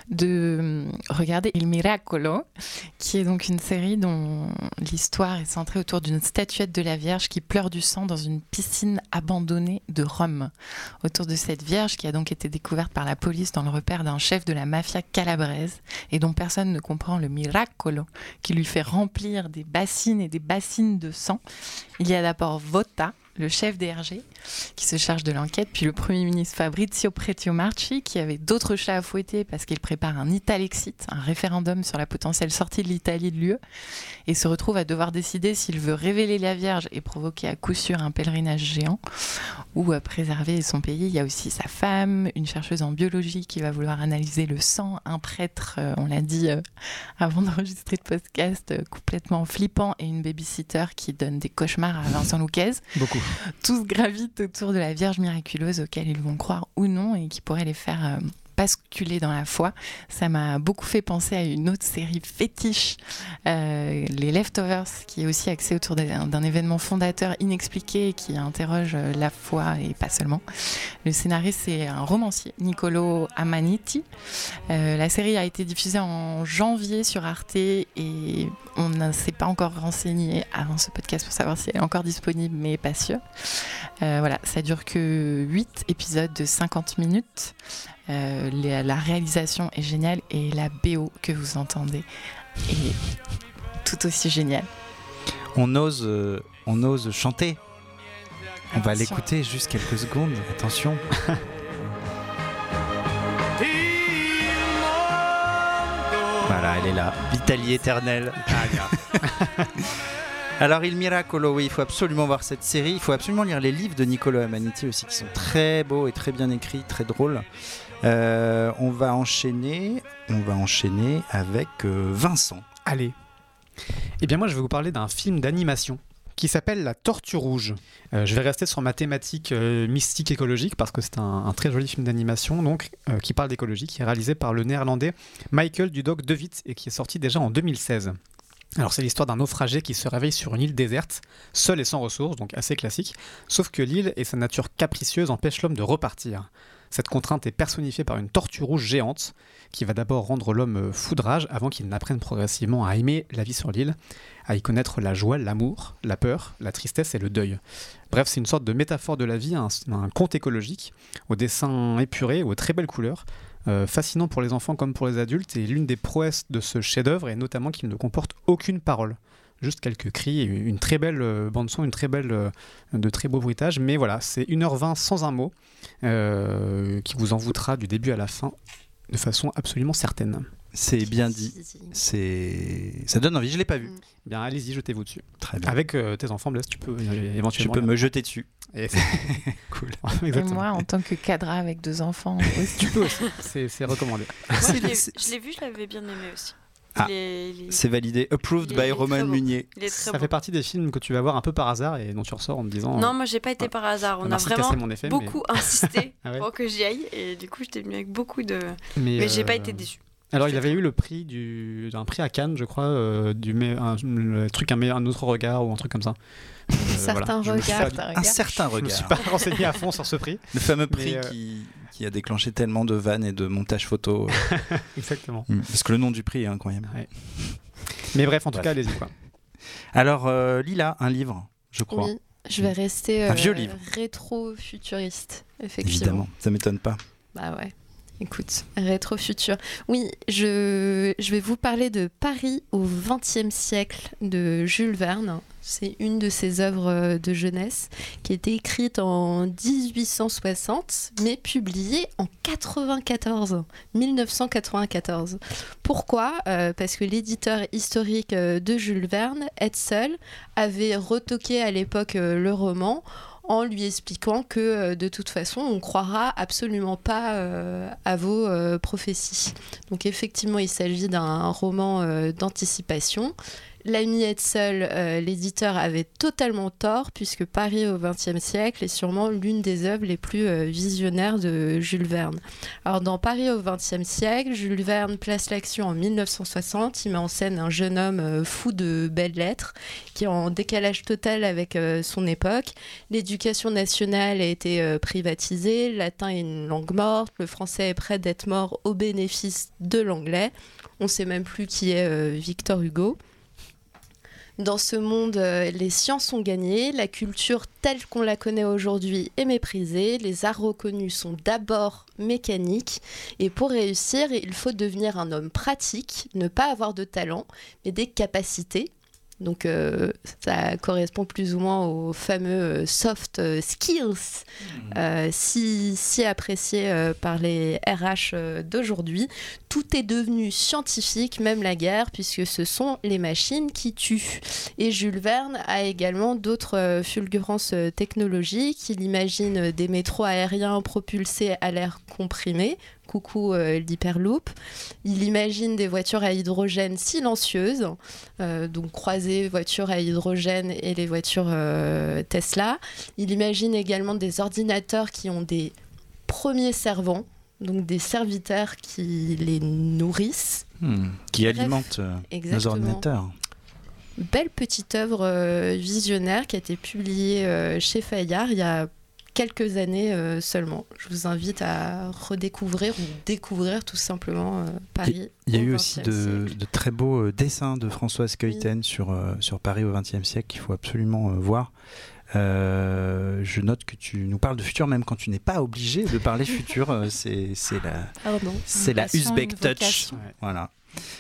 de euh, regarder Il Miracolo, qui est donc une série dont l'histoire est centrée autour d'une statuette de la Vierge qui pleure du sang dans une piscine abandonnée de Rome. Autour de cette Vierge qui a donc été découverte par la police dans le repère d'un chef de la mafia calabraise et dont personne ne comprend le miracolo qui lui fait remplir des bassines et des bassines de sang. Il y a d'abord Vota, le chef des R G, qui se charge de l'enquête, puis le Premier ministre Fabrizio Pretiomarchi, qui avait d'autres chats à fouetter parce qu'il prépare un Italexit, un référendum sur la potentielle sortie de l'Italie de l'U E, et se retrouve à devoir décider s'il veut révéler la Vierge et provoquer à coup sûr un pèlerinage géant, ou à préserver son pays. Il y a aussi sa femme, une chercheuse en biologie qui va vouloir analyser le sang, un prêtre, euh, on l'a dit euh, avant d'enregistrer le podcast, euh, complètement flippant, et une babysitter qui donne des cauchemars à Vincent Louquez. Beaucoup. Tous gravitent autour de la Vierge miraculeuse auquel ils vont croire ou non et qui pourrait les faire euh, basculer dans la foi. Ça m'a beaucoup fait penser à une autre série fétiche, euh, les Leftovers, qui est aussi axée autour d'un, d'un événement fondateur inexpliqué et qui interroge euh, la foi et pas seulement. Le scénariste, c'est un romancier, Niccolo Amaniti. Euh, la série a été diffusée en janvier sur Arte et on ne s'est pas encore renseigné avant ce podcast pour savoir si elle est encore disponible, mais pas sûr. Euh, voilà, ça dure que huit épisodes de cinquante minutes. Euh, la, la réalisation est géniale et la B O que vous entendez est tout aussi géniale. On ose, euh, on ose chanter. On va Attention. l'écouter juste quelques secondes. Attention. Voilà, elle est là. L'Italie éternelle. Alors, Il Miracolo, oui, il faut absolument voir cette série. Il faut absolument lire les livres de Niccolo Amaniti aussi, qui sont très beaux et très bien écrits, très drôles. Euh, on va enchaîner, on va enchaîner avec euh, Vincent. Allez. Eh bien moi je vais vous parler d'un film d'animation qui s'appelle La Tortue Rouge. Euh, je vais rester sur ma thématique euh, mystique écologique parce que c'est un, un très joli film d'animation donc, euh, qui parle d'écologie, qui est réalisé par le néerlandais Michael Dudok de Witt et qui est sorti déjà en deux mille seize. Alors c'est l'histoire d'un naufragé qui se réveille sur une île déserte, seul et sans ressources, donc assez classique, sauf que l'île et sa nature capricieuse empêchent l'homme de repartir. Cette contrainte est personnifiée par une tortue rouge géante qui va d'abord rendre l'homme fou de rage avant qu'il n'apprenne progressivement à aimer la vie sur l'île, à y connaître la joie, l'amour, la peur, la tristesse et le deuil. Bref, c'est une sorte de métaphore de la vie, un, un conte écologique, au dessin épuré, aux très belles couleurs, euh, fascinant pour les enfants comme pour les adultes, et l'une des prouesses de ce chef-d'œuvre est notamment qu'il ne comporte aucune parole. Juste quelques cris, une très belle euh, bande-son, une très belle, euh, de très beaux bruitages, mais voilà, c'est une heure vingt sans un mot, euh, qui vous envoûtera du début à la fin. de façon absolument certaine. C'est bien dit. C'est... Ça donne envie, je ne l'ai pas vu. Bien, allez-y, jetez-vous dessus. Très bien. Avec euh, tes enfants, Blaise, tu peux euh, éventuellement... Tu peux me jeter dessus. Et cool. Et moi, en tant que cadra avec deux enfants aussi. Tu peux aussi, c'est, c'est recommandé. Moi, je, l'ai, je l'ai vu, je l'avais bien aimé aussi. Ah, il est, il est... c'est validé. Approved il by est Roman Munier. Il est très Ça beau. fait partie des films que tu vas voir un peu par hasard et dont tu ressors en te disant... Non, moi, j'ai pas été ouais. par hasard. On Merci a vraiment mon effet, beaucoup mais... insisté ah ouais. pour que j'y aille. Et du coup, j'étais venue avec beaucoup de... Mais, mais j'ai euh... pas été déçue. Alors, il avait eu le prix du, un prix à Cannes, je crois, euh, du me... un, le truc un, me... un autre regard ou un truc comme ça. Euh, certain voilà. regard. Pas... Un certain regard. Je me suis pas renseigné à fond sur ce prix. Le fameux prix mais, euh... qui, qui a déclenché tellement de vannes et de montage photo. Exactement. Parce que le nom du prix est incroyable. Ouais. Mais bref, en bref. tout cas, allez-y quoi. Alors, euh, Lila, un livre, je crois. Oui, je vais rester un euh, vieux livre. rétro-futuriste, effectivement. Évidemment, ça m'étonne pas. Bah ouais. Écoute, rétro-futur. Oui, je, je vais vous parler de Paris au vingtième siècle de Jules Verne. C'est une de ses œuvres de jeunesse qui a été écrite en dix-huit cent soixante, mais publiée en quatre-vingt-quatorze, mille neuf cent quatre-vingt-quatorze. Pourquoi ? euh, Parce que l'éditeur historique de Jules Verne, Hetzel, avait retoqué à l'époque le roman en lui expliquant que euh, de toute façon, on ne croira absolument pas euh, à vos euh, prophéties. Donc effectivement, il s'agit d'un roman euh, d'anticipation. L'ami Hetzel, euh, l'éditeur, avait totalement tort, puisque Paris au vingtième siècle est sûrement l'une des œuvres les plus euh, visionnaires de Jules Verne. Alors dans Paris au vingtième siècle, Jules Verne place l'action en mille neuf cent soixante. Il met en scène un jeune homme euh, fou de belles lettres, qui est en décalage total avec euh, son époque. L'éducation nationale a été euh, privatisée, le latin est une langue morte, le français est près d'être mort au bénéfice de l'anglais. On ne sait même plus qui est euh, Victor Hugo. Dans ce monde, euh, les sciences sont gagnées, la culture telle qu'on la connaît aujourd'hui est méprisée, les arts reconnus sont d'abord mécaniques, et pour réussir, il faut devenir un homme pratique, ne pas avoir de talent, mais des capacités. Donc euh, ça correspond plus ou moins aux fameux soft skills, euh, si, si appréciés euh, par les R H euh, d'aujourd'hui. Tout est devenu scientifique, même la guerre, puisque ce sont les machines qui tuent. Et Jules Verne a également d'autres euh, fulgurances euh, technologiques. Il imagine des métros aériens propulsés à l'air comprimé. Coucou euh, l'hyperloop. Il imagine des voitures à hydrogène silencieuses, euh, donc croiser voitures à hydrogène et les voitures euh, Tesla. Il imagine également des ordinateurs qui ont des premiers servants, donc des serviteurs qui les nourrissent. Mmh, qui Bref, alimentent euh, nos ordinateurs. Belle petite œuvre euh, visionnaire qui a été publiée euh, chez Fayard il y a quelques années euh, seulement. Je vous invite à redécouvrir ou découvrir tout simplement euh, Paris. Il y a eu aussi de, de très beaux euh, dessins de Françoise Keuten oui. sur, euh, sur Paris au vingtième siècle qu'il faut absolument euh, voir. Euh, je note que tu nous parles de futur même quand tu n'es pas obligé de parler futur. euh, c'est, c'est la, Pardon. c'est la Uzbek Touch. Ouais. Voilà.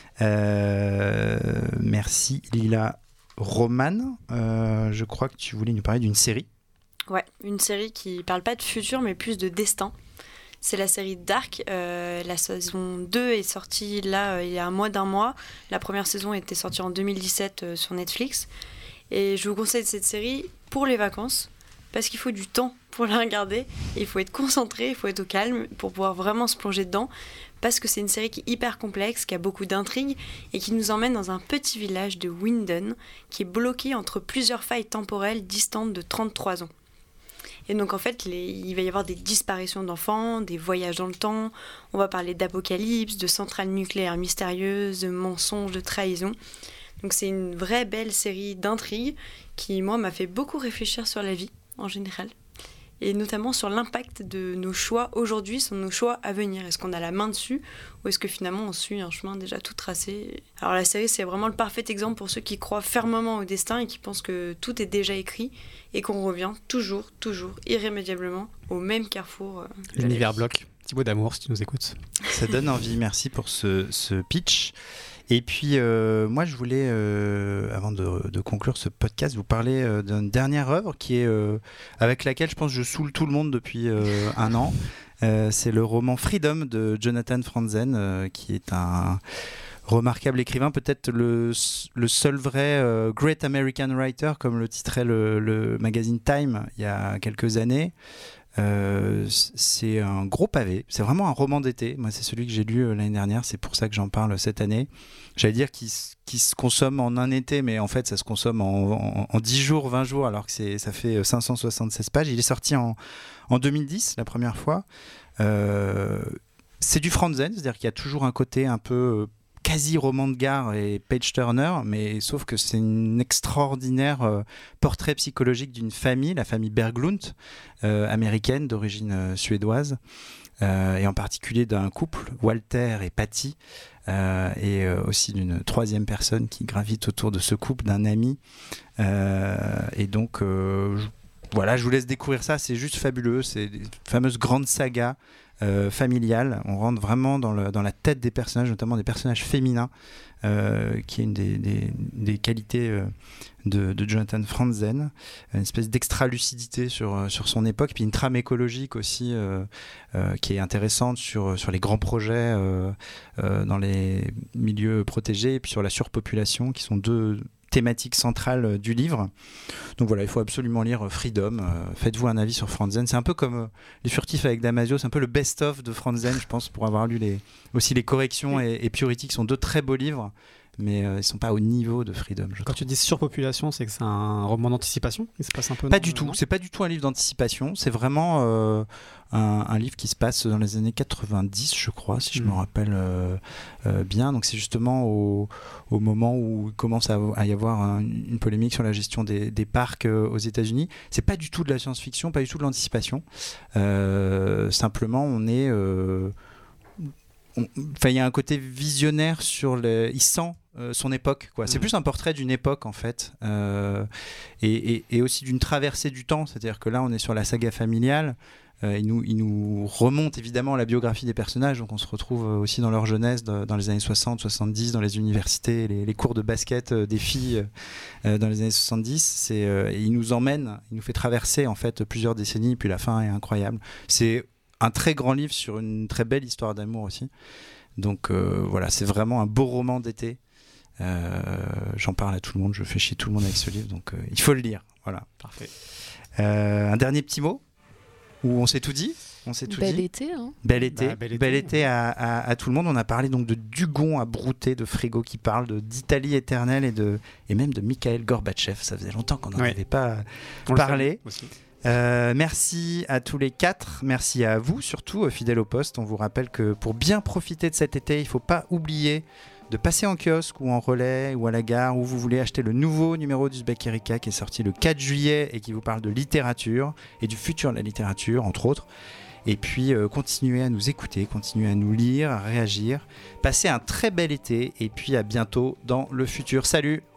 Euh, merci Lila. Roman, euh, je crois que tu voulais nous parler d'une série. Ouais, une série qui parle pas de futur mais plus de destin. C'est la série Dark. Euh, la saison deux est sortie là euh, il y a un mois d'un mois. La première saison était sortie en deux mille dix-sept euh, sur Netflix. Et je vous conseille cette série pour les vacances parce qu'il faut du temps pour la regarder. Et il faut être concentré, il faut être au calme pour pouvoir vraiment se plonger dedans. Parce que c'est une série qui est hyper complexe, qui a beaucoup d'intrigues et qui nous emmène dans un petit village de Winden qui est bloqué entre plusieurs failles temporelles distantes de trente-trois ans. Et donc en fait, les, il va y avoir des disparitions d'enfants, des voyages dans le temps, on va parler d'apocalypse, de centrales nucléaires mystérieuses, de mensonges, de trahison. Donc c'est une vraie belle série d'intrigues qui, moi, m'a fait beaucoup réfléchir sur la vie en général. Et notamment sur l'impact de nos choix aujourd'hui sur nos choix à venir. Est-ce qu'on a la main dessus ou est-ce que finalement on suit un chemin déjà tout tracé ? Alors la série, c'est vraiment le parfait exemple pour ceux qui croient fermement au destin et qui pensent que tout est déjà écrit et qu'on revient toujours, toujours, irrémédiablement au même carrefour. L'univers bloc. Thibaut d'Amour, si tu nous écoutes. Ça donne envie, merci pour ce, ce pitch. Et puis, euh, moi, je voulais, euh, avant de, de conclure ce podcast, vous parler euh, d'une dernière œuvre qui est, euh, avec laquelle je pense que je saoule tout le monde depuis euh, un an. Euh, c'est le roman Freedom de Jonathan Franzen, euh, qui est un remarquable écrivain, peut-être le, le seul vrai euh, Great American Writer, comme le titrait le, le magazine Time il y a quelques années. Euh, c'est un gros pavé, c'est vraiment un roman d'été. Moi, c'est celui que j'ai lu euh, l'année dernière, c'est pour ça que j'en parle cette année. J'allais dire qu'il, qu'il se consomme en un été, mais en fait, ça se consomme en, en, en dix jours, vingt jours, alors que c'est, ça fait cinq cent soixante-seize pages. Il est sorti en, en deux mille dix, la première fois. Euh, c'est du Franzen, c'est-à-dire qu'il y a toujours un côté un peu quasi roman de gare et page-turner, mais sauf que c'est un extraordinaire euh, portrait psychologique d'une famille, la famille Berglund, euh, américaine d'origine euh, suédoise, euh, et en particulier d'un couple, Walter et Patty, euh, et euh, aussi d'une troisième personne qui gravite autour de ce couple, d'un ami. Euh, et donc, euh, je, voilà, je vous laisse découvrir ça, c'est juste fabuleux, c'est une fameuse grande saga Euh, familiale. On rentre vraiment dans, le, dans la tête des personnages, notamment des personnages féminins, euh, qui est une des, des, des qualités euh, de, de Jonathan Franzen, une espèce d'extra-lucidité sur, sur son époque, puis une trame écologique aussi euh, euh, qui est intéressante sur, sur les grands projets euh, euh, dans les milieux protégés, et puis sur la surpopulation, qui sont deux thématique centrale du livre. Donc voilà, il faut absolument lire Freedom. Euh, faites-vous un avis sur Franzen. C'est un peu comme euh, Les Furtifs avec Damasio, c'est un peu le best-of de Franzen, je pense, pour avoir lu les, aussi Les Corrections et, et Purity, qui sont deux très beaux livres, mais euh, ils ne sont pas au niveau de Freedom. Je Quand trouve. tu dis surpopulation, c'est que c'est un roman d'anticipation? Il se passe un peu Pas dans, du tout, non c'est pas du tout un livre d'anticipation, c'est vraiment euh, un, un livre qui se passe dans les années quatre-vingt-dix, je crois, si je mmh. me rappelle euh, euh, bien. Donc c'est justement au, au moment où il commence à, à y avoir un, une polémique sur la gestion des, des parcs euh, aux États-Unis. C'est pas du tout de la science-fiction, pas du tout de l'anticipation. Euh, simplement, on est... Euh, Enfin, il y a un côté visionnaire sur le. Il sent euh, son époque, quoi. C'est mmh. plus un portrait d'une époque, en fait, euh, et, et, et aussi d'une traversée du temps. C'est-à-dire que là, on est sur la saga familiale. Euh, il, nous, il nous remonte évidemment la biographie des personnages, donc on se retrouve aussi dans leur jeunesse, de, dans les années soixante, soixante-dix, dans les universités, les, les cours de basket euh, des filles euh, dans les années soixante-dix. C'est, euh, il nous emmène, il nous fait traverser en fait plusieurs décennies, puis la fin est incroyable. C'est un très grand livre sur une très belle histoire d'amour aussi. Donc euh, voilà, c'est vraiment un beau roman d'été. Euh, j'en parle à tout le monde, je fais chier tout le monde avec ce livre, donc euh, il faut le lire. Voilà, parfait. Euh, un dernier petit mot où on s'est tout dit. On s'est tout bel dit. été, hein. Bel été, bah, bel été, bel été à, à, à tout le monde. On a parlé donc de Dugon à brouter, de Frigo qui parle de, d'Italie éternelle et, de, et même de Mikhail Gorbatchev. Ça faisait longtemps qu'on n'en ouais. avait pas on parlé. Euh, merci à tous les quatre, merci à vous surtout, fidèles au poste. On vous rappelle que pour bien profiter de cet été, il ne faut pas oublier de passer en kiosque ou en relais ou à la gare où vous voulez acheter le nouveau numéro d'Uzbek Erika qui est sorti le quatre juillet et qui vous parle de littérature et du futur de la littérature, entre autres. Et puis euh, continuez à nous écouter, continuez à nous lire, à réagir. Passez un très bel été et puis à bientôt dans le futur. Salut!